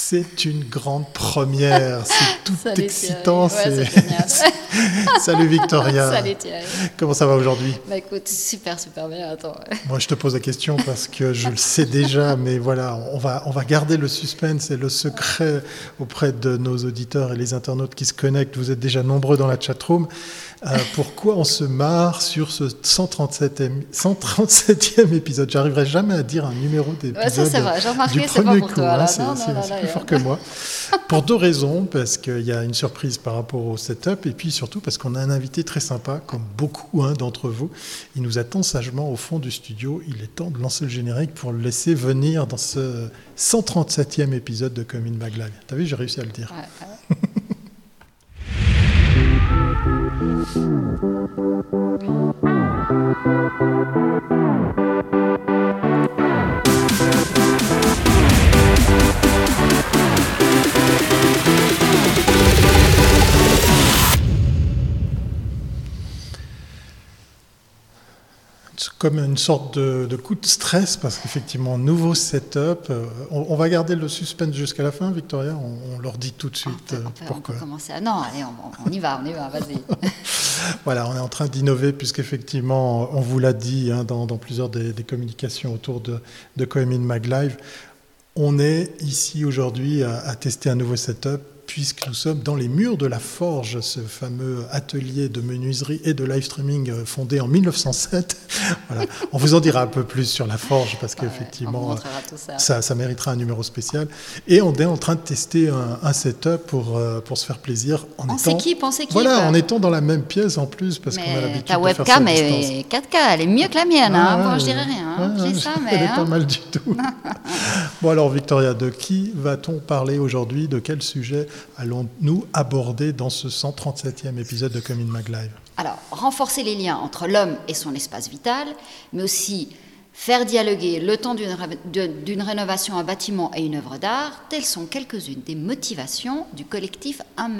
C'est une grande première, c'est tout Salut excitant. Thierry. Ouais, c'est génial. Salut Victoria. Salut Thierry. Comment ça va aujourd'hui? Bah écoute, super bien, attends. Moi je te pose la question parce que je le sais déjà, mais voilà, on va garder le suspense et le secret auprès de nos auditeurs et les internautes qui se connectent. Vous êtes déjà nombreux dans la chatroom. Pourquoi on se marre sur ce 137e épisode? J'arriverai jamais à dire un numéro d'épisode. Ouais, ça c'est vrai, j'ai remarqué, du c'est premier pas pour coup, toi. Là. C'est plus fort que moi. Pour deux raisons, parce qu'il y a une surprise par rapport au setup, et puis surtout parce qu'on a un invité très sympa, comme beaucoup d'entre vous. Il nous attend sagement au fond du studio. Il est temps de lancer le générique pour le laisser venir dans ce 137e épisode de Come in Mag Live. T'as vu, j'ai réussi à le dire. Ouais. Comme une sorte de coup de stress, parce qu'effectivement, nouveau setup. On va garder le suspense jusqu'à la fin, Victoria. On leur dit tout de suite pourquoi. On peut commencer à... Non, allez, on y va, vas-y. Voilà, on est en train d'innover, puisqu'effectivement, on vous l'a dit dans plusieurs des communications autour de Come in Mag Live. On est ici aujourd'hui à tester un nouveau setup, puisque nous sommes dans les murs de la Forge, ce fameux atelier de menuiserie et de live streaming fondé en 1907. Voilà. On vous en dira un peu plus sur la Forge, parce qu'effectivement, ça méritera un numéro spécial. Et on est en train de tester un setup pour se faire plaisir. On s'équipe. Voilà, en étant dans la même pièce en plus, parce qu'on a l'habitude ta de faire ça webcam à distance. est 4K, elle est mieux que la mienne. Bon, je dirais rien. Je dis ça, mais elle est pas mal du tout. Bon alors Victoria, de qui va-t-on parler aujourd'hui? De quel sujet allons-nous aborder dans ce 137e épisode de Come in Mag Live? Alors, renforcer les liens entre l'homme et son espace vital, mais aussi faire dialoguer le temps d'une rénovation, un bâtiment et une œuvre d'art, telles sont quelques-unes des motivations du collectif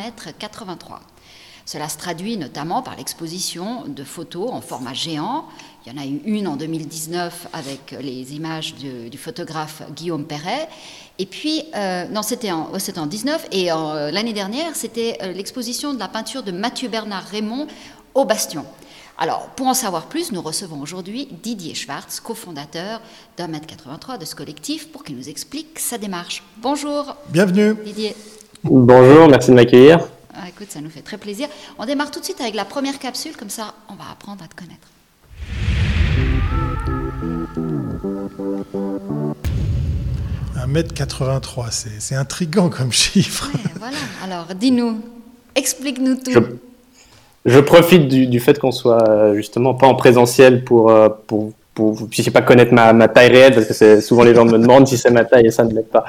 1m83. Cela se traduit notamment par l'exposition de photos en format géant. Il y en a eu une en 2019 avec les images du photographe Guillaume Perret. Et puis, c'était en 2019. Et l'année dernière, c'était l'exposition de la peinture de Mathieu Bernard Raymond au Bastion. Alors, pour en savoir plus, nous recevons aujourd'hui Didier Schwartz, cofondateur d'1m83 de ce collectif, pour qu'il nous explique sa démarche. Bonjour. Bienvenue. Didier. Bonjour, merci de m'accueillir. Écoute, ça nous fait très plaisir. On démarre tout de suite avec la première capsule, comme ça on va apprendre à te connaître. 1m83, c'est intriguant comme chiffre. Ouais, voilà. Alors, dis-nous, explique-nous tout. Je profite du fait qu'on soit justement pas en présentiel pour vous puissiez pas connaître ma taille réelle, parce que souvent les gens me demandent si c'est ma taille et ça ne l'est pas.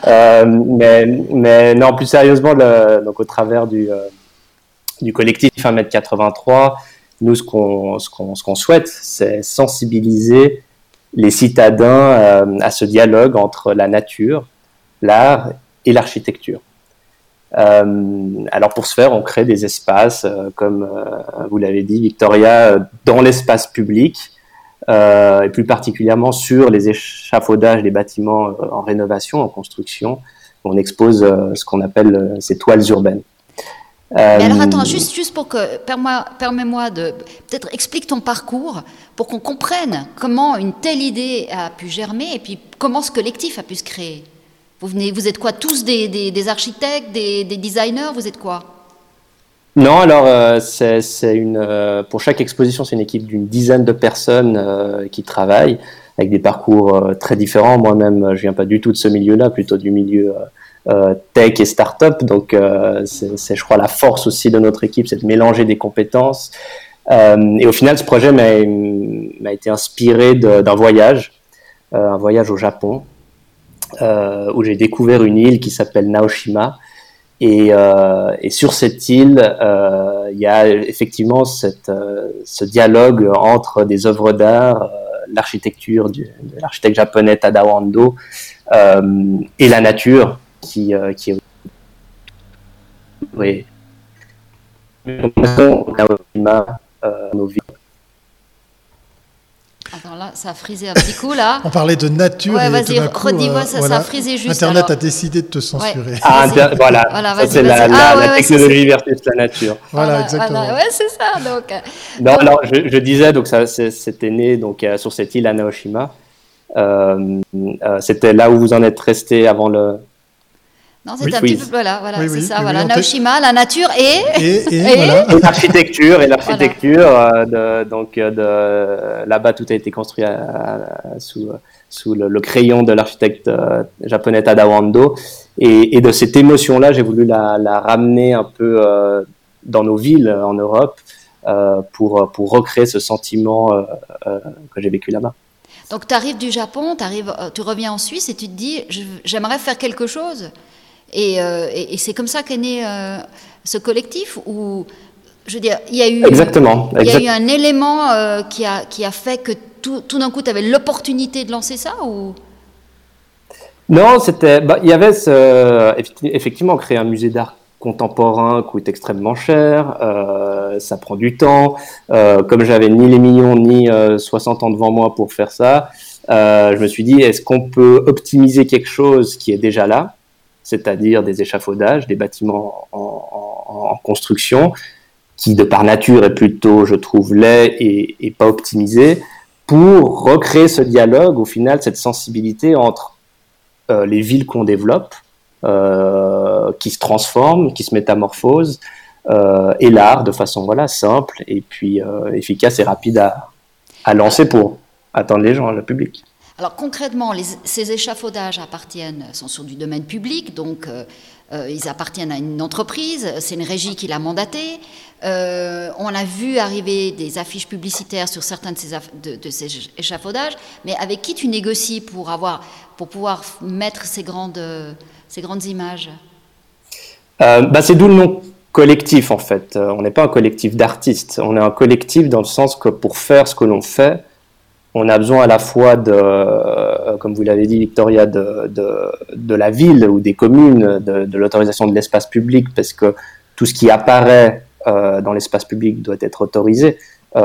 Mais non, plus sérieusement, donc au travers du collectif 1m83, nous ce qu'on souhaite, c'est sensibiliser les citadins à ce dialogue entre la nature, l'art et l'architecture. Alors pour ce faire, on crée des espaces comme vous l'avez dit, Victoria, dans l'espace public. Et plus particulièrement sur les échafaudages des bâtiments en rénovation, en construction. On expose ce qu'on appelle ces toiles urbaines. Mais alors attends, juste pour que, permets-moi de, peut-être explique ton parcours pour qu'on comprenne comment une telle idée a pu germer et puis comment ce collectif a pu se créer. Vous êtes quoi, tous des architectes, des designers, vous êtes quoi ? Non, alors pour chaque exposition, c'est une équipe d'une dizaine de personnes qui travaillent avec des parcours très différents. Moi-même, je viens pas du tout de ce milieu-là, plutôt du milieu tech et start-up. Donc, c'est, je crois, la force aussi de notre équipe, c'est de mélanger des compétences. Et au final, ce projet m'a été inspiré d'un voyage au Japon, où j'ai découvert une île qui s'appelle Naoshima. Et sur cette île, il y a effectivement ce dialogue entre des œuvres d'art, l'architecture de l'architecte japonais Tadao Ando et la nature qui est... Oui. Attends, là, ça a frisé un petit coup, là. On parlait de nature ouais, et vas-y, tout d'un coup, redis-moi, ça a frisé juste. Internet alors. a décidé de te censurer. Ouais. Ah, voilà, vas-y, c'est vas-y. la technologie versus la nature. Voilà, exactement. Voilà. Ouais, c'est ça. Donc, non, alors je disais, donc c'était né donc, sur cette île à Naoshima. C'était là où vous en êtes resté avant le... Non, c'est un petit peu, voilà, oui, c'est ça, oui, voilà, oui, Naoshima, la nature et voilà. Et l'architecture, donc là-bas tout a été construit sous le crayon de l'architecte japonais Tadao Ando, et de cette émotion-là, j'ai voulu la ramener un peu dans nos villes en Europe pour recréer ce sentiment que j'ai vécu là-bas. Donc tu arrives du Japon, tu reviens en Suisse et tu te dis, j'aimerais faire quelque chose. Et c'est comme ça qu'est né ce collectif où, je veux dire, il y a eu un élément qui a fait que tout d'un coup, tu avais l'opportunité de lancer ça ou... Non, il y avait effectivement créer un musée d'art contemporain coûte extrêmement cher, ça prend du temps. Comme j'avais ni les millions ni 60 ans devant moi pour faire ça, je me suis dit, est-ce qu'on peut optimiser quelque chose qui est déjà là, c'est-à-dire des échafaudages, des bâtiments en construction, qui de par nature est plutôt, je trouve, laid et pas optimisé, pour recréer ce dialogue, au final, cette sensibilité entre les villes qu'on développe, qui se transforment, qui se métamorphosent, et l'art de façon simple, et puis efficace et rapide à lancer pour atteindre les gens, le public. Alors concrètement, ces échafaudages sont sur du domaine public, donc ils appartiennent à une entreprise, c'est une régie qui l'a mandaté. On a vu arriver des affiches publicitaires sur certains de ces échafaudages, mais avec qui tu négocies pour pouvoir mettre ces grandes images? C'est d'où le nom collectif en fait. On n'est pas un collectif d'artistes, on est un collectif dans le sens que pour faire ce que l'on fait, on a besoin à la fois comme vous l'avez dit Victoria, de la ville ou des communes, de l'autorisation de l'espace public, parce que tout ce qui apparaît dans l'espace public doit être autorisé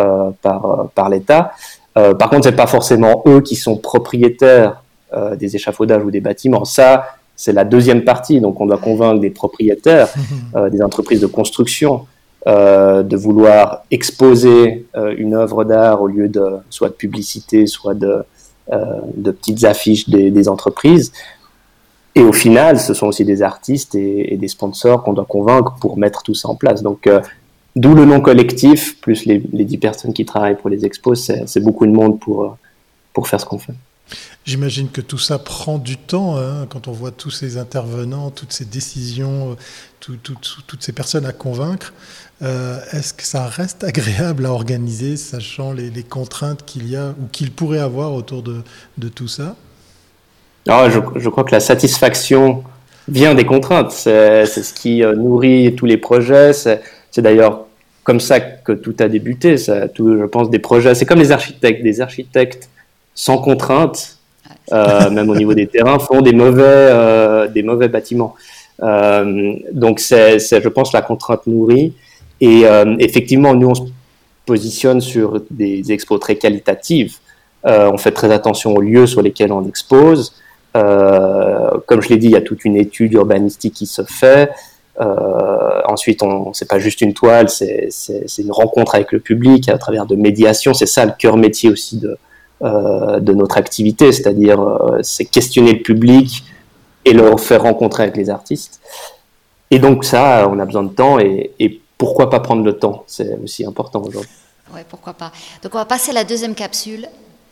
par l'État. Par contre, c'est pas forcément eux qui sont propriétaires des échafaudages ou des bâtiments. Ça, c'est la deuxième partie. Donc, on doit convaincre des propriétaires, des entreprises de construction, de vouloir exposer une œuvre d'art au lieu soit de publicité, soit de petites affiches des entreprises. Et au final, ce sont aussi des artistes et des sponsors qu'on doit convaincre pour mettre tout ça en place. Donc, d'où le nom collectif, plus les 10 personnes qui travaillent pour les expos, c'est beaucoup de monde pour faire ce qu'on fait. J'imagine que tout ça prend du temps, hein, quand on voit tous ces intervenants, toutes ces décisions, toutes ces personnes à convaincre. Est-ce que ça reste agréable à organiser, sachant les contraintes qu'il y a ou qu'il pourrait avoir autour de tout ça? Alors, je crois que la satisfaction vient des contraintes. C'est ce qui nourrit tous les projets. C'est d'ailleurs comme ça que tout a débuté. Je pense, des projets. C'est comme les architectes. Des architectes sans contraintes, même au niveau des terrains, font des mauvais bâtiments. Donc, je pense, la contrainte nourrit. Et effectivement, nous, on se positionne sur des expos très qualitatives. On fait très attention aux lieux sur lesquels on expose. Comme je l'ai dit, il y a toute une étude urbanistique qui se fait. Ensuite, c'est pas juste une toile, c'est une rencontre avec le public à travers de médiation. C'est ça le cœur métier aussi de notre activité, c'est-à-dire c'est questionner le public et le faire rencontrer avec les artistes. Et donc ça, on a besoin de temps et pourquoi pas prendre le temps? C'est aussi important aujourd'hui. Oui, pourquoi pas. Donc on va passer à la deuxième capsule.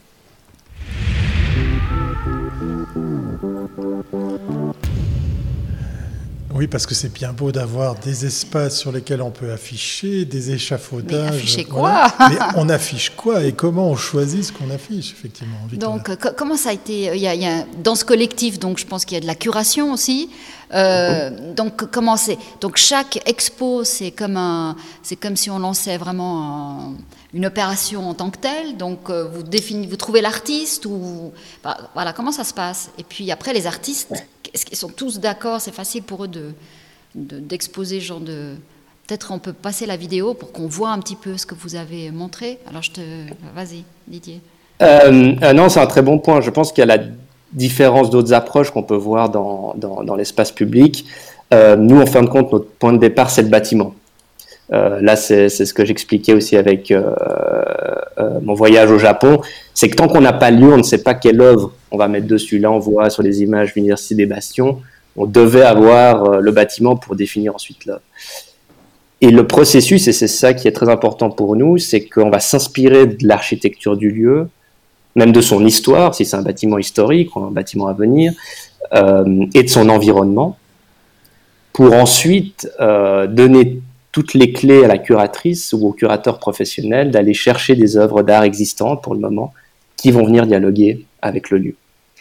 Oui, parce que c'est bien beau d'avoir des espaces sur lesquels on peut afficher, des échafaudages. Mais afficher quoi? Mais on affiche quoi et comment on choisit ce qu'on affiche, effectivement, Victoria? Donc, comment ça a été dans ce collectif, donc je pense qu'il y a de la curation aussi. Donc, comment c'est? Donc, chaque expo, c'est comme si on lançait vraiment une opération en tant que telle. Donc, vous trouvez l'artiste ou voilà, comment ça se passe? Et puis après, les artistes, est-ce qu'ils sont tous d'accord? C'est facile pour eux d'exposer ce genre de... Peut-être on peut passer la vidéo pour qu'on voit un petit peu ce que vous avez montré. Alors, vas-y, Didier. Non, c'est un très bon point. Je pense qu'il y a la différence d'autres approches qu'on peut voir dans l'espace public. Nous, en fin de compte, notre point de départ, c'est le bâtiment. Là, c'est ce que j'expliquais aussi avec mon voyage au Japon. C'est que tant qu'on n'a pas lieu, on ne sait pas quelle œuvre on va mettre dessus. Là, on voit sur les images l'Université des Bastions, on devait avoir le bâtiment pour définir ensuite l'œuvre. Et le processus, et c'est ça qui est très important pour nous, c'est qu'on va s'inspirer de l'architecture du lieu, même de son histoire, si c'est un bâtiment historique ou un bâtiment à venir, et de son environnement, pour ensuite donner toutes les clés à la curatrice ou au curateur professionnel d'aller chercher des œuvres d'art existantes pour le moment qui vont venir dialoguer avec le lieu.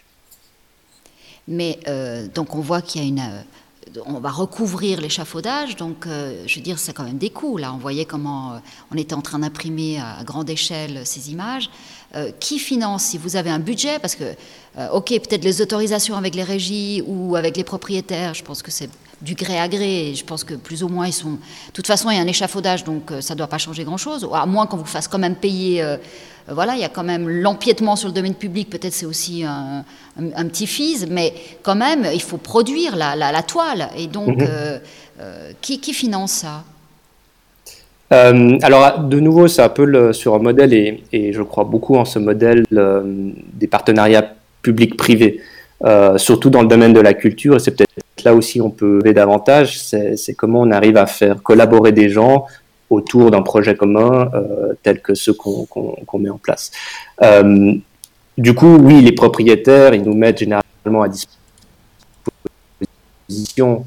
Mais donc on voit qu'il y a on va recouvrir l'échafaudage, donc je veux dire c'est quand même des coûts. Là, on voyait comment on était en train d'imprimer à grande échelle ces images. Qui finance? Si vous avez un budget, parce que ok, peut-être les autorisations avec les régies ou avec les propriétaires, je pense que c'est du gré à gré. Et je pense que plus ou moins ils sont. De toute façon, il y a un échafaudage, donc ça ne doit pas changer grand-chose. À moins qu'on vous fasse quand même payer. Voilà, il y a quand même l'empiètement sur le domaine public. Peut-être c'est aussi un petit fise, mais quand même, il faut produire la toile. Et donc, qui finance ça? Alors, de nouveau, c'est un peu sur un modèle, et je crois beaucoup en ce modèle des partenariats publics-privés, surtout dans le domaine de la culture, et c'est peut-être là aussi on peut aider davantage, c'est comment on arrive à faire collaborer des gens autour d'un projet commun tel que ceux qu'on met en place. Du coup, oui, les propriétaires, ils nous mettent généralement à disposition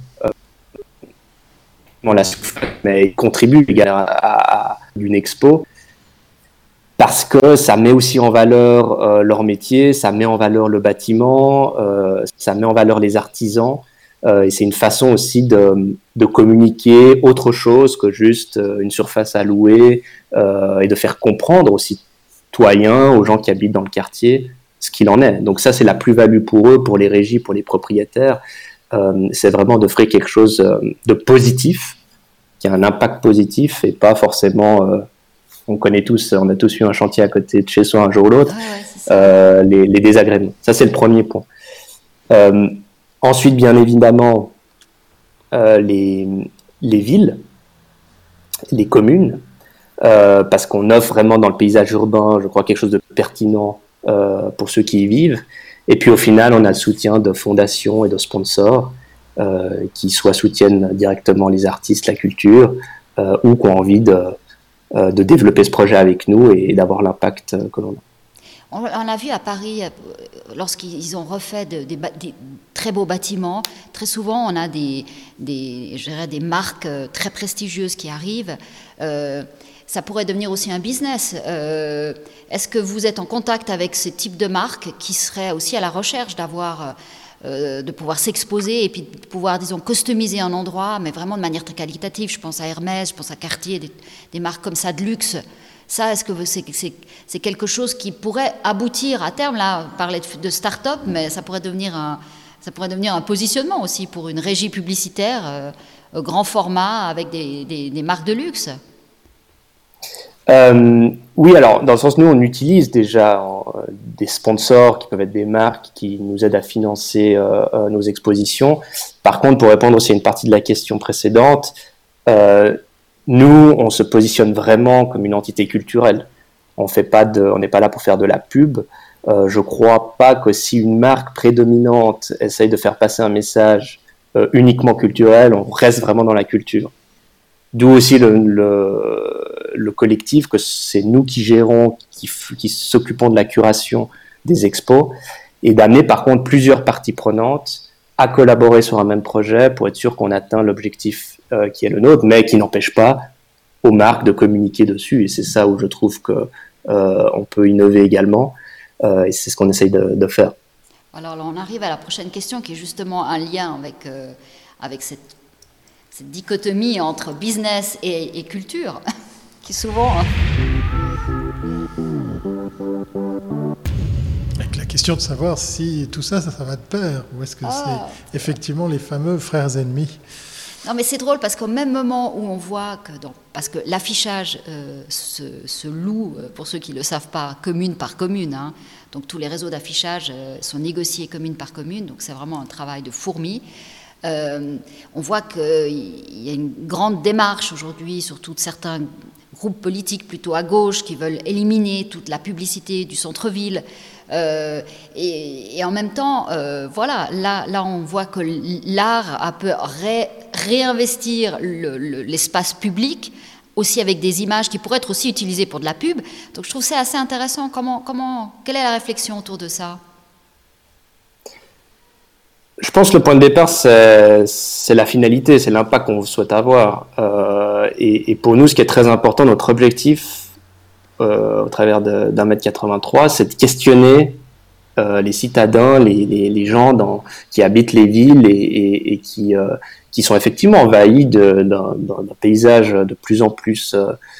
la souffrance, mais ils contribuent à une expo parce que ça met aussi en valeur leur métier, ça met en valeur le bâtiment, ça met en valeur les artisans, et c'est une façon aussi de communiquer autre chose que juste une surface à louer, et de faire comprendre aux citoyens, aux gens qui habitent dans le quartier, ce qu'il en est. Donc ça, c'est la plus-value pour eux, pour les régies, pour les propriétaires. C'est vraiment d'offrir quelque chose de positif, qui a un impact positif et pas forcément, on connaît tous, on a tous eu un chantier à côté de chez soi un jour ou l'autre, les désagréments. Ça, c'est le premier point. Ensuite, bien évidemment, les villes, les communes, parce qu'on offre vraiment dans le paysage urbain, je crois, quelque chose de pertinent pour ceux qui y vivent. Et puis au final, on a le soutien de fondations et de sponsors qui soit soutiennent directement les artistes, la culture, ou qui ont envie de développer ce projet avec nous et d'avoir l'impact que l'on a. On a vu à Paris, lorsqu'ils ont refait des très beaux bâtiments, très souvent on a des marques très prestigieuses qui arrivent. Ça pourrait devenir aussi un business. Est-ce que vous êtes en contact avec ce type de marques qui seraient aussi à la recherche de pouvoir s'exposer et puis de pouvoir, disons, customiser un endroit, mais vraiment de manière très qualitative? Je pense à Hermès, je pense à Cartier, des marques comme ça de luxe. Ça, est-ce que c'est quelque chose qui pourrait aboutir à terme? Là, on parlait de start-up, mais ça pourrait devenir un positionnement aussi pour une régie publicitaire grand format avec des marques de luxe. Oui, alors dans le sens, nous on utilise déjà des sponsors qui peuvent être des marques qui nous aident à financer nos expositions. Par contre, pour répondre aussi à une partie de la question précédente, nous on se positionne vraiment comme une entité culturelle. On n'est pas là pour faire de la pub. Je crois pas que si une marque prédominante essaye de faire passer un message uniquement culturel, on reste vraiment dans la culture. D'où aussi le collectif, que c'est nous qui gérons, qui s'occupons de la curation des expos, et d'amener par contre plusieurs parties prenantes à collaborer sur un même projet pour être sûr qu'on atteint l'objectif qui est le nôtre, mais qui n'empêche pas aux marques de communiquer dessus. Et c'est ça où je trouve qu'on peut innover également, et c'est ce qu'on essaye de faire. Alors là, on arrive à la prochaine question qui est justement un lien avec cette dichotomie entre business et culture, qui souvent... Avec la question de savoir si tout ça va de pair, ou est-ce que c'est effectivement les fameux frères ennemis. Non, mais c'est drôle parce qu'au même moment où on voit que parce que l'affichage se loue, pour ceux qui ne le savent pas, commune par commune, hein, donc tous les réseaux d'affichage sont négociés commune par commune, donc c'est vraiment un travail de fourmi. On voit qu'il y a une grande démarche aujourd'hui, surtout de certains groupes politiques plutôt à gauche qui veulent éliminer toute la publicité du centre-ville. Et en même temps, voilà, là on voit que l'art peut réinvestir l'espace public, aussi avec des images qui pourraient être aussi utilisées pour de la pub. Donc je trouve ça assez intéressant. Quelle est la réflexion autour de ça ? Je pense que le point de départ, c'est la finalité, c'est l'impact qu'on souhaite avoir. Et pour nous, ce qui est très important, notre objectif, au travers d'un mètre 83, c'est de questionner les citadins, les gens qui habitent les villes et qui sont effectivement envahis d'un paysage de plus en plus,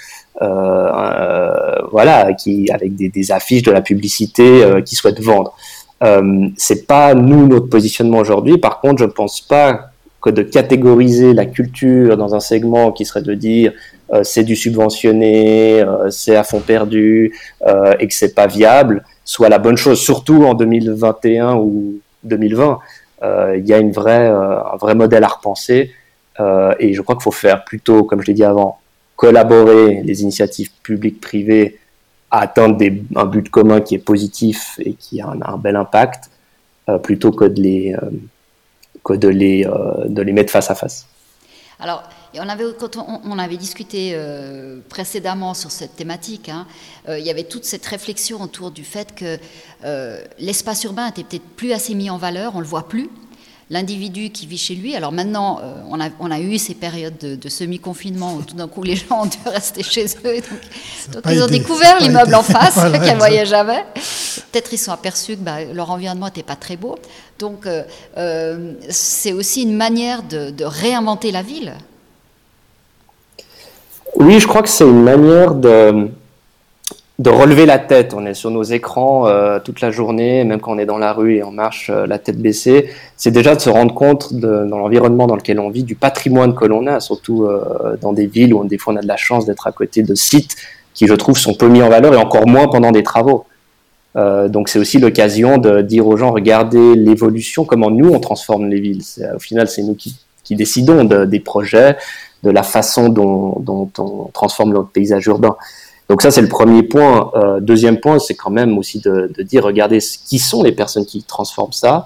voilà, avec des affiches, de la publicité qui souhaitent vendre. C'est pas notre positionnement aujourd'hui. Par contre, je pense pas que de catégoriser la culture dans un segment qui serait de dire c'est du subventionné, c'est à fond perdu et que c'est pas viable, soit la bonne chose. Surtout en 2021 ou 2020, il y a un vrai modèle à repenser et je crois qu'il faut faire plutôt, comme je l'ai dit avant, collaborer les initiatives publiques-privées à atteindre un but commun qui est positif et qui a un bel impact, plutôt que de les mettre face à face. Alors, quand on avait discuté précédemment sur cette thématique, hein, il y avait toute cette réflexion autour du fait que l'espace urbain était peut-être plus assez mis en valeur, on ne le voit plus. L'individu qui vit chez lui. Alors maintenant, on a eu ces périodes de semi-confinement où tout d'un coup les gens ont dû rester chez eux. Donc ils ont découvert l'immeuble en face voilà, qu'ils ne voyaient jamais. Peut-être ils se sont aperçus que leur environnement n'était pas très beau. Donc c'est aussi une manière de réinventer la ville. Oui, je crois que c'est une manière de relever la tête. On est sur nos écrans toute la journée, même quand on est dans la rue et on marche la tête baissée. C'est déjà de se rendre compte dans l'environnement dans lequel on vit, du patrimoine que l'on a, surtout dans des villes où des fois on a de la chance d'être à côté de sites qui, je trouve, sont peu mis en valeur et encore moins pendant des travaux. Donc c'est aussi l'occasion de dire aux gens, regardez l'évolution, comment nous on transforme les villes. Au final, c'est nous qui décidons des projets, de la façon dont on transforme notre paysage urbain. Donc ça, c'est le premier point. Deuxième point, c'est quand même aussi de dire, regardez, qui sont les personnes qui transforment ça.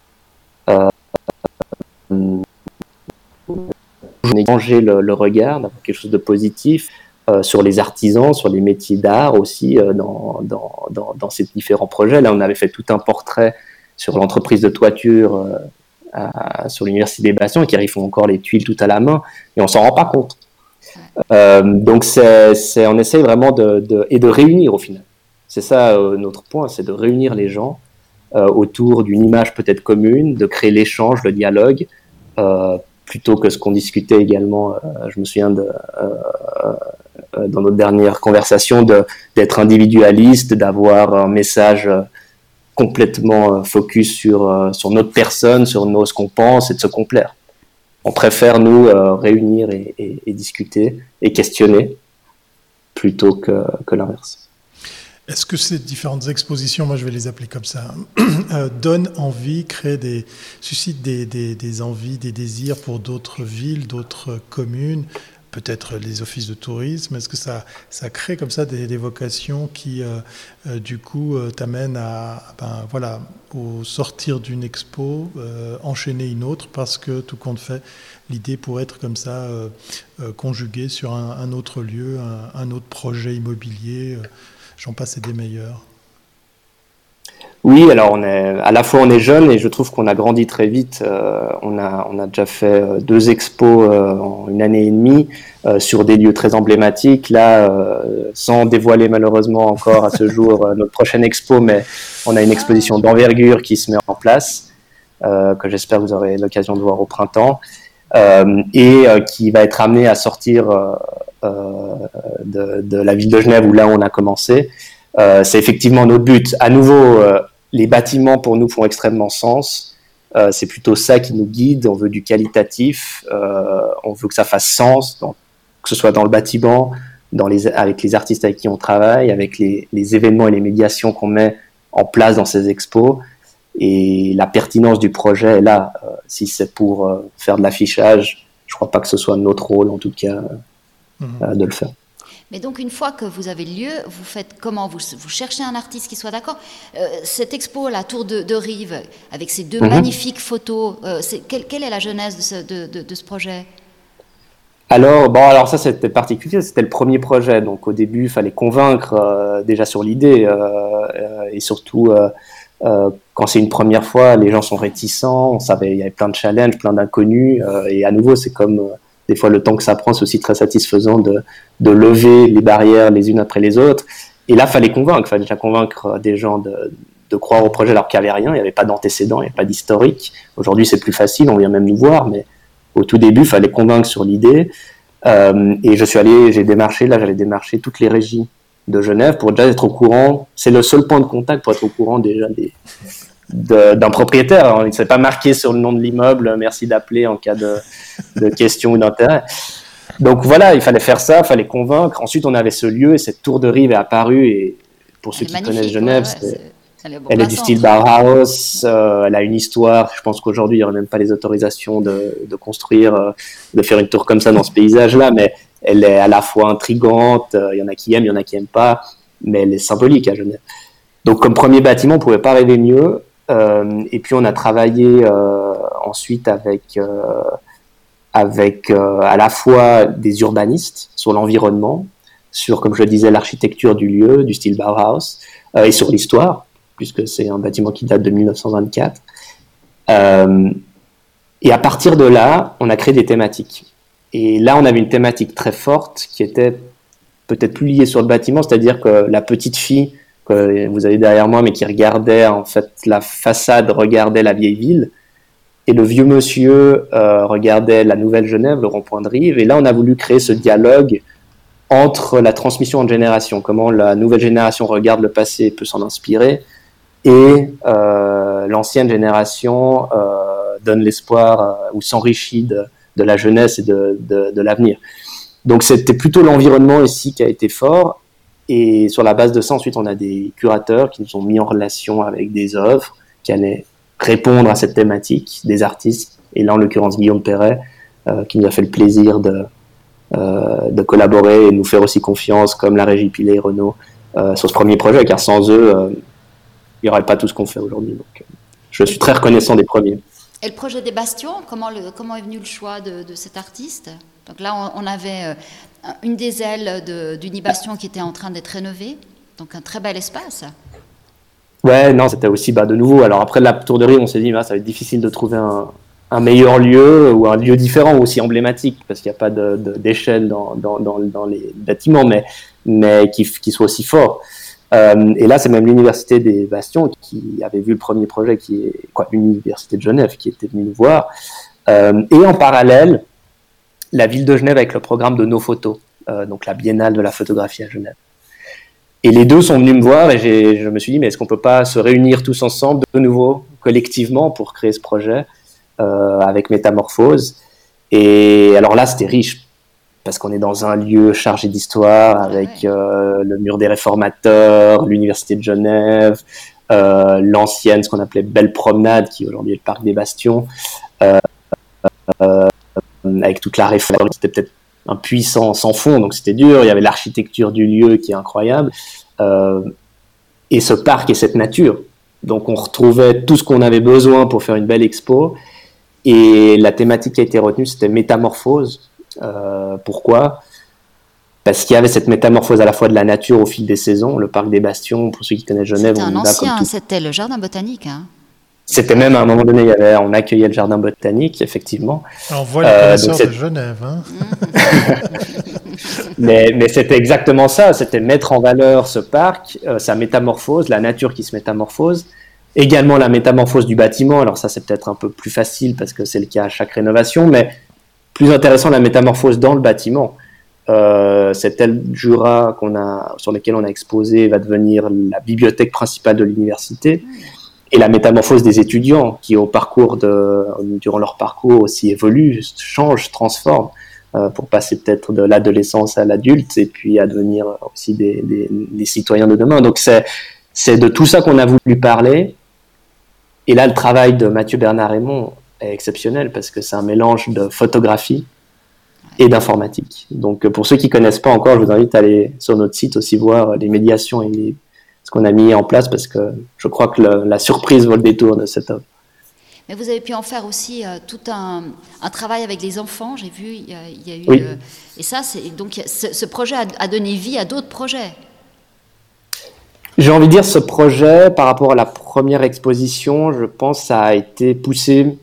Changer le regard, d'avoir quelque chose de positif sur les artisans, sur les métiers d'art aussi, dans ces différents projets. Là, on avait fait tout un portrait sur l'entreprise de toiture sur l'Université des Bastons, qui font encore les tuiles tout à la main, et on s'en rend pas compte. Donc on essaye vraiment de réunir au final. C'est ça notre point, c'est de réunir les gens autour d'une image peut-être commune, de créer l'échange, le dialogue, plutôt que ce qu'on discutait également, je me souviens dans notre dernière conversation, d'être individualiste, d'avoir un message complètement focus sur notre personne, sur ce qu'on pense et de se complaire. On préfère, nous, réunir et discuter et questionner plutôt que l'inverse. Est-ce que ces différentes expositions, moi je vais les appeler comme ça, donnent envie, suscitent des envies, des désirs pour d'autres villes, d'autres communes, peut-être les offices de tourisme? Est-ce que ça crée comme ça des vocations qui, du coup, t'amènent au sortir d'une expo, enchaîner une autre, parce que tout compte fait, l'idée pourrait être comme ça, conjuguée sur un autre lieu, un autre projet immobilier, j'en passe et des meilleurs. Oui, alors à la fois on est jeune et je trouve qu'on a grandi très vite. On a déjà fait 2 expos en 1 année et demie sur des lieux très emblématiques. Là, sans dévoiler malheureusement encore à ce jour notre prochaine expo, mais on a une exposition d'envergure qui se met en place, que j'espère que vous aurez l'occasion de voir au printemps, et qui va être amenée à sortir de la ville de Genève où là on a commencé. C'est effectivement notre but. À nouveau, les bâtiments pour nous font extrêmement sens. C'est plutôt ça qui nous guide. On veut du qualitatif, on veut que ça fasse sens, que ce soit dans le bâtiment, avec les artistes avec qui on travaille, avec les événements et les médiations qu'on met en place dans ces expos. Et la pertinence du projet est là. Si c'est pour faire de l'affichage, je ne crois pas que ce soit notre rôle, en tout cas, de le faire. Mais donc, une fois que vous avez le lieu, vous faites comment? Vous cherchez un artiste qui soit d'accord? Cette expo, la Tour de Rive, avec ces deux magnifiques photos, quelle est la genèse de ce projet? Alors ça, c'était particulier, c'était le premier projet. Donc, au début, il fallait convaincre déjà sur l'idée. Et surtout, quand c'est une première fois, les gens sont réticents. On savait, il y avait plein de challenges, plein d'inconnus. Et à nouveau, c'est comme... des fois, le temps que ça prend, c'est aussi très satisfaisant de lever les barrières les unes après les autres. Et là, il fallait déjà convaincre des gens de croire au projet alors qu'il n'y avait rien, il n'y avait pas d'antécédent, il n'y avait pas d'historique. Aujourd'hui, c'est plus facile, on vient même nous voir, mais au tout début, il fallait convaincre sur l'idée. Et j'allais démarcher toutes les régies de Genève pour déjà être au courant. C'est le seul point de contact pour être au courant déjà d'un propriétaire. Alors, il ne s'est pas marqué sur le nom de l'immeuble, merci d'appeler en cas de question ou d'intérêt. Donc voilà, il fallait faire ça, il fallait convaincre. Ensuite, on avait ce lieu et cette tour de Rive est apparue. Et pour ceux qui connaissent Genève, elle est du style Bauhaus, elle a une histoire. Je pense qu'aujourd'hui, il n'y aurait même pas les autorisations de construire, de faire une tour comme ça dans ce paysage-là, mais elle est à la fois intrigante, il y en a qui aiment, il y en a qui n'aiment pas, mais elle est symbolique à Genève. Donc comme premier bâtiment, on ne pouvait pas rêver mieux. Et puis on a travaillé ensuite avec à la fois des urbanistes sur l'environnement, sur, comme je le disais, l'architecture du lieu, du style Bauhaus, et sur l'histoire, puisque c'est un bâtiment qui date de 1924. Et à partir de là, on a créé des thématiques. Et là, on avait une thématique très forte qui était peut-être plus liée sur le bâtiment, c'est-à-dire que la petite fille que vous avez derrière moi, mais qui regardait en fait la façade, regardait la vieille ville, et le vieux monsieur regardait la Nouvelle Genève, le rond-point de Rive. Et là, on a voulu créer ce dialogue entre la transmission en génération, comment la nouvelle génération regarde le passé et peut s'en inspirer, et l'ancienne génération donne l'espoir ou s'enrichit de la jeunesse et de l'avenir. Donc c'était plutôt l'environnement ici qui a été fort, et sur la base de ça, ensuite, on a des curateurs qui nous ont mis en relation avec des œuvres qui allaient répondre à cette thématique, des artistes, et là en l'occurrence Guillaume Perret, qui nous a fait le plaisir de collaborer et de nous faire aussi confiance, comme la Régie Pilet et Renault, sur ce premier projet, car sans eux, il n'y aurait pas tout ce qu'on fait aujourd'hui. Donc, je suis très reconnaissant des premiers. Et le projet des Bastions, comment est venu le choix de cet artiste? Donc là, on avait une des ailes d'Unibastion qui était en train d'être rénovée, donc un très bel espace. Ouais, non, c'était aussi de nouveau. Alors après la Tour de Rive, on s'est dit, ça va être difficile de trouver un meilleur lieu ou un lieu différent ou aussi emblématique, parce qu'il n'y a pas d'échelle dans les bâtiments, mais qui soit aussi fort. Et là, c'est même l'Université des Bastions qui avait vu le premier projet, l'Université de Genève, qui était venue nous voir. Et en parallèle, la ville de Genève avec le programme de Nos Photos, donc la Biennale de la photographie à Genève. Et les deux sont venus me voir et je me suis dit, mais est-ce qu'on ne peut pas se réunir tous ensemble, de nouveau, collectivement, pour créer ce projet avec Métamorphose. Et alors là, c'était riche, parce qu'on est dans un lieu chargé d'histoire, avec le mur des réformateurs, l'Université de Genève, l'ancienne, ce qu'on appelait Belle Promenade, qui aujourd'hui est le Parc des Bastions, avec toute la réforme, c'était peut-être un puits sans fond, donc c'était dur. Il y avait l'architecture du lieu qui est incroyable, et ce parc et cette nature. Donc on retrouvait tout ce qu'on avait besoin pour faire une belle expo, et la thématique qui a été retenue, c'était métamorphose. Pourquoi ? Parce qu'il y avait cette métamorphose à la fois de la nature au fil des saisons. Le parc des Bastions, pour ceux qui connaissent Genève, c'était le jardin botanique, hein. C'était même à un moment donné, on accueillait le jardin botanique, effectivement. On voit les connaisseurs de Genève. Hein. mais c'était exactement ça, c'était mettre en valeur ce parc, sa métamorphose, la nature qui se métamorphose, également la métamorphose du bâtiment. Alors ça, c'est peut-être un peu plus facile parce que c'est le cas à chaque rénovation, mais plus intéressant, la métamorphose dans le bâtiment. Cette aile Jura sur laquelle on a exposé va devenir la bibliothèque principale de l'université. et la métamorphose des étudiants qui durant leur parcours aussi évoluent, changent, transforment, pour passer peut-être de l'adolescence à l'adulte et puis à devenir aussi des citoyens de demain. Donc c'est de tout ça qu'on a voulu parler. Et là, le travail de Mathieu Bernard Raymond est exceptionnel parce que c'est un mélange de photographie et d'informatique. Donc pour ceux qui connaissent pas encore, je vous invite à aller sur notre site aussi voir les médiations et ce qu'on a mis en place, parce que je crois que la surprise vaut le détour de cette œuvre. Mais vous avez pu en faire aussi tout un travail avec les enfants, j'ai vu, il y a eu... Oui. Et ça, donc ce projet a donné vie à d'autres projets. J'ai envie de dire, ce projet, par rapport à la première exposition, je pense que ça a été poussé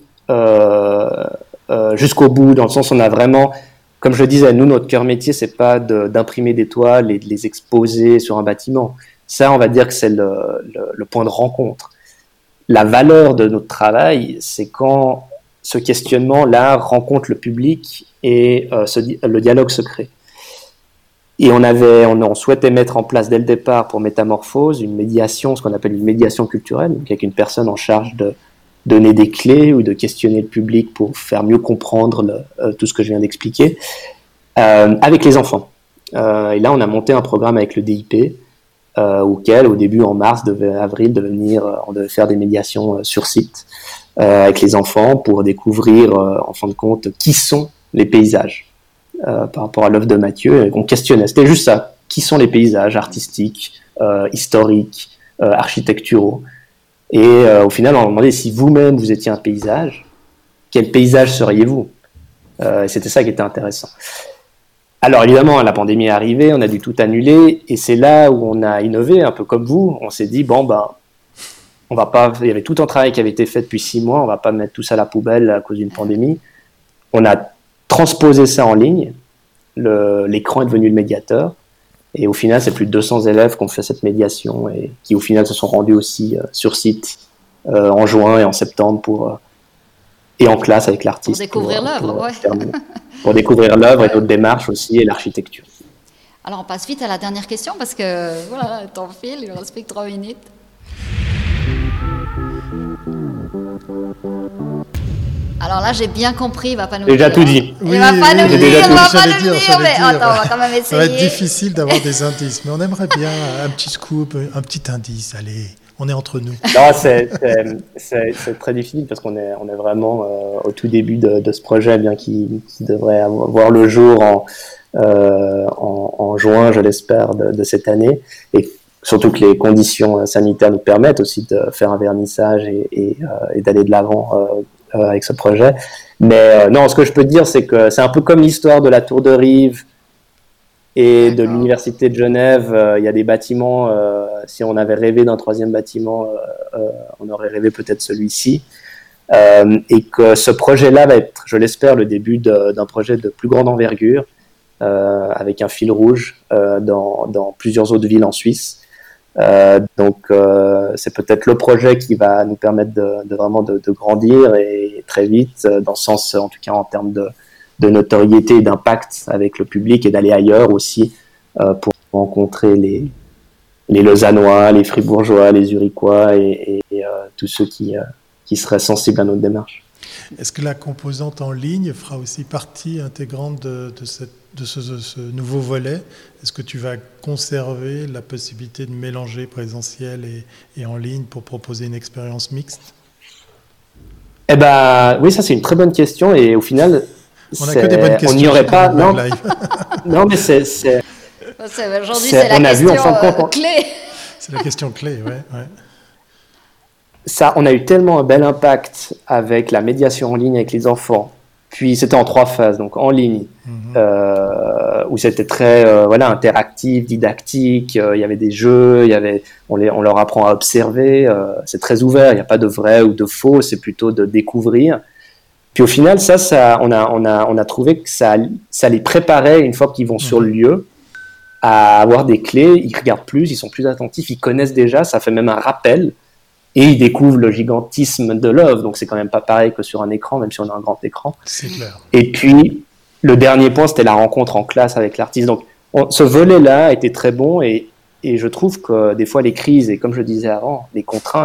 jusqu'au bout, dans le sens où on a vraiment... Comme je le disais, nous, notre cœur métier, c'est pas d'imprimer des toiles et de les exposer sur un bâtiment. Ça, on va dire que c'est le point de rencontre. La valeur de notre travail, c'est quand ce questionnement-là rencontre le public et le dialogue se crée. Et on souhaitait mettre en place dès le départ pour Métamorphose une médiation, ce qu'on appelle une médiation culturelle, donc avec une personne en charge de donner des clés ou de questionner le public pour faire mieux comprendre tout ce que je viens d'expliquer, avec les enfants. Et là, on a monté un programme avec le DIP, auquel, au début, en mars, avril, on devait faire des médiations sur site avec les enfants pour découvrir, en fin de compte, qui sont les paysages par rapport à l'œuvre de Mathieu. Et on questionnait, c'était juste ça. Qui sont les paysages artistiques, historiques, architecturaux? Et au final, on a demandé si vous-même vous étiez un paysage, quel paysage seriez-vous? Et c'était ça qui était intéressant. Alors évidemment, la pandémie est arrivée, on a dû tout annuler, et c'est là où on a innové, un peu comme vous. On s'est dit, on va pas, il y avait tout un travail qui avait été fait depuis 6 mois, on va pas mettre tout ça à la poubelle à cause d'une pandémie. On a transposé ça en ligne, l'écran est devenu le médiateur, et au final, c'est plus de 200 élèves qui ont fait cette médiation, et qui au final se sont rendus aussi sur site en juin et en septembre et en classe avec l'artiste. Pour découvrir l'œuvre, ouais. Pour découvrir l'œuvre et notre démarche aussi et l'architecture. Alors on passe vite à la dernière question parce que voilà, le temps file, il ne reste plus que 3 minutes. Alors là, j'ai bien compris, il ne va pas nous déjà le tout dire. dit. Il ne va pas nous le dire, il ne va pas nous le dire, mais attends, on va quand même essayer. Ça va être difficile d'avoir des indices, mais on aimerait bien un petit scoop, un petit indice, allez. On est entre nous. Non, c'est très difficile parce qu'on est vraiment au tout début de ce projet, bien qui devrait voir le jour en juin, je l'espère, de cette année. Et surtout que les conditions sanitaires nous permettent aussi de faire un vernissage et d'aller de l'avant avec ce projet. Mais non, ce que je peux te dire, c'est que c'est un peu comme l'histoire de la Tour de Rive et de l'Université de Genève. Il y a des bâtiments, si on avait rêvé d'un 3e bâtiment, on aurait rêvé peut-être celui-ci. Et que ce projet-là va être, je l'espère, le début d'un projet de plus grande envergure, avec un fil rouge dans plusieurs autres villes en Suisse. Donc c'est peut-être le projet qui va nous permettre de vraiment de grandir et très vite, dans le sens, en tout cas en termes de notoriété et d'impact avec le public, et d'aller ailleurs aussi pour rencontrer les Lausannois, les Fribourgeois, les Zurichois et tous ceux qui seraient sensibles à notre démarche. Est-ce que la composante en ligne fera aussi partie intégrante de ce nouveau volet? Est-ce que tu vas conserver la possibilité de mélanger présentiel et en ligne pour proposer une expérience mixte? Eh ben, oui, ça c'est une très bonne question, et au final, on n'a que des bonnes questions. On n'y aurait pas. Non, non, mais aujourd'hui, c'est la question clé. C'est la question clé, ouais. Ça, on a eu tellement un bel impact avec la médiation en ligne avec les enfants. Puis c'était en 3 phases, donc en ligne, où c'était très interactif, didactique. Il y avait des jeux, on leur apprend à observer. C'est très ouvert, il n'y a pas de vrai ou de faux, c'est plutôt de découvrir. Puis au final, on a trouvé que ça les préparait, une fois qu'ils vont sur le lieu, à avoir des clés. Ils regardent plus, ils sont plus attentifs, ils connaissent déjà, ça fait même un rappel. Et ils découvrent le gigantisme de l'œuvre, donc c'est quand même pas pareil que sur un écran, même si on a un grand écran. C'est clair. Et puis, le dernier point, c'était la rencontre en classe avec l'artiste. Donc, ce volet-là était très bon, et je trouve que des fois, les crises, et comme je disais avant, les contraintes,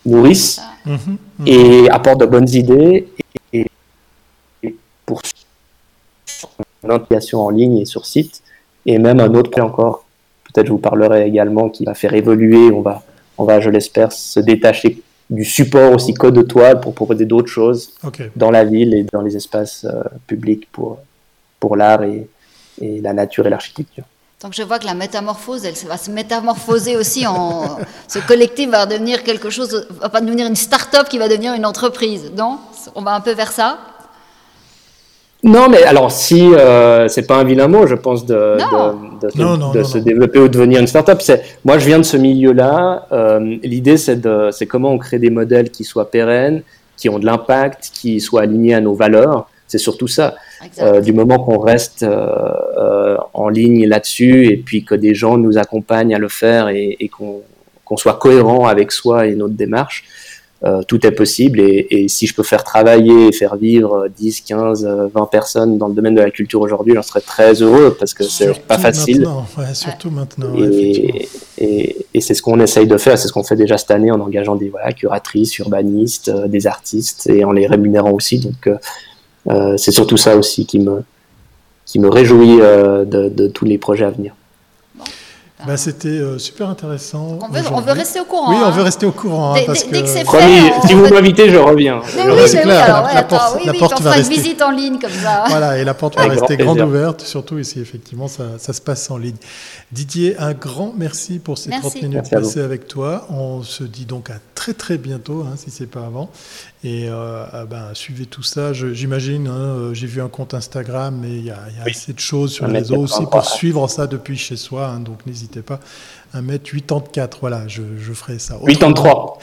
nourrissent Mhm. et apportent de bonnes idées et pour son implication en ligne et sur site. Et même un autre projet encore, peut-être je vous parlerai également, qui va faire évoluer, on va, je l'espère, se détacher du support aussi code toile pour proposer d'autres choses Ok. dans la ville et dans les espaces publics pour l'art et la nature et l'architecture. Donc je vois que la métamorphose, elle va se métamorphoser aussi en... Ce collectif va devenir quelque chose, va pas devenir une start-up qui va devenir une entreprise, non? On va un peu vers ça? Non, mais alors si c'est pas un vilain mot, je pense Non. de se développer ou devenir une startup. Moi, je viens de ce milieu-là. L'idée, c'est comment on crée des modèles qui soient pérennes, qui ont de l'impact, qui soient alignés à nos valeurs. C'est surtout ça. Du moment qu'on reste en ligne là-dessus et puis que des gens nous accompagnent à le faire et qu'on soit cohérent avec soi et notre démarche. Tout est possible et si je peux faire travailler et faire vivre 10, 15, 20 personnes dans le domaine de la culture aujourd'hui, j'en serais très heureux parce que c'est pas facile. Surtout maintenant. Et c'est ce qu'on essaye de faire, c'est ce qu'on fait déjà cette année en engageant des curatrices, urbanistes, des artistes et en les rémunérant aussi. Donc c'est surtout ça aussi qui me réjouit de tous les projets à venir. C'était super intéressant. On veut rester au courant. Oui, on veut rester au courant. Dès que c'est fait, si vous m'invitez, je reviens. C'est clair, la porte va rester. Une visite en ligne comme ça. Voilà, et la porte va rester grande ouverte, surtout ici, effectivement, ça se passe en ligne. Didier, un grand merci pour ces 30 minutes passées avec toi. On se dit donc à très très bientôt, si c'est pas avant. Et suivez tout ça. J'imagine, j'ai vu un compte Instagram, mais il y a assez de choses sur les réseaux aussi pour suivre ça depuis chez soi. Donc n'hésitez pas. 1m84, voilà, je ferai ça. 83.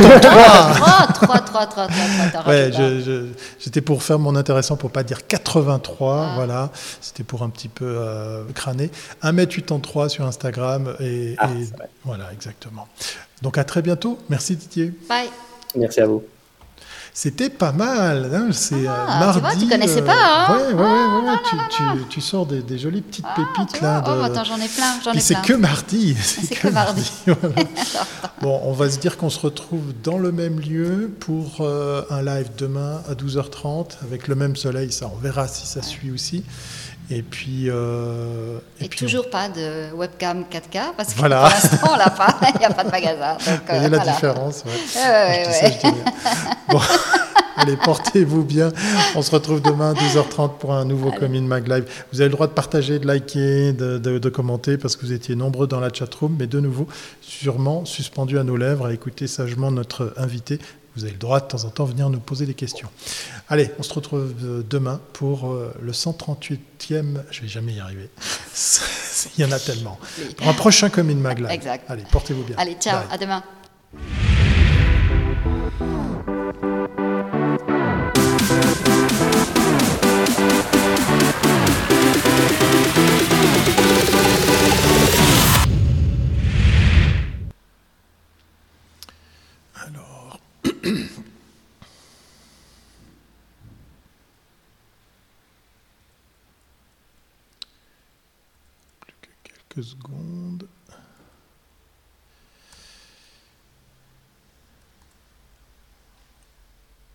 3. Ouais, j'étais pour faire mon intéressant pour pas dire 83, voilà. C'était pour un petit peu crâner. 1m83 sur Instagram et voilà, exactement. Donc à très bientôt. Merci Didier. Bye. Merci à vous. C'était pas mal, c'est mardi. Tu vois, tu connaissais pas, hein? Tu sors des jolies petites pépites là. Attends, j'en ai plein. C'est que mardi. C'est que mardi. Voilà. Bon, on va se dire qu'on se retrouve dans le même lieu pour un live demain à 12h30 avec le même soleil. Ça, on verra si ça suit aussi. Et puis, toujours pas de webcam 4K parce que voilà. pour l'instant on l'a pas, il n'y a pas de magasin. Donc, vous voyez la différence. Bon, allez, portez-vous bien. On se retrouve demain à 12h30 pour un nouveau Coming Mag Live. Vous avez le droit de partager, de liker, de commenter parce que vous étiez nombreux dans la chatroom, mais de nouveau, sûrement suspendu à nos lèvres à écouter sagement notre invité. Vous avez le droit de temps en temps venir nous poser des questions. Allez, on se retrouve demain pour le 138e, je vais jamais y arriver, il y en a tellement, pour un prochain Coming Mag Live. Exact. Allez, portez-vous bien. Allez, ciao, Bye. à demain. Alors... Plus que quelques secondes.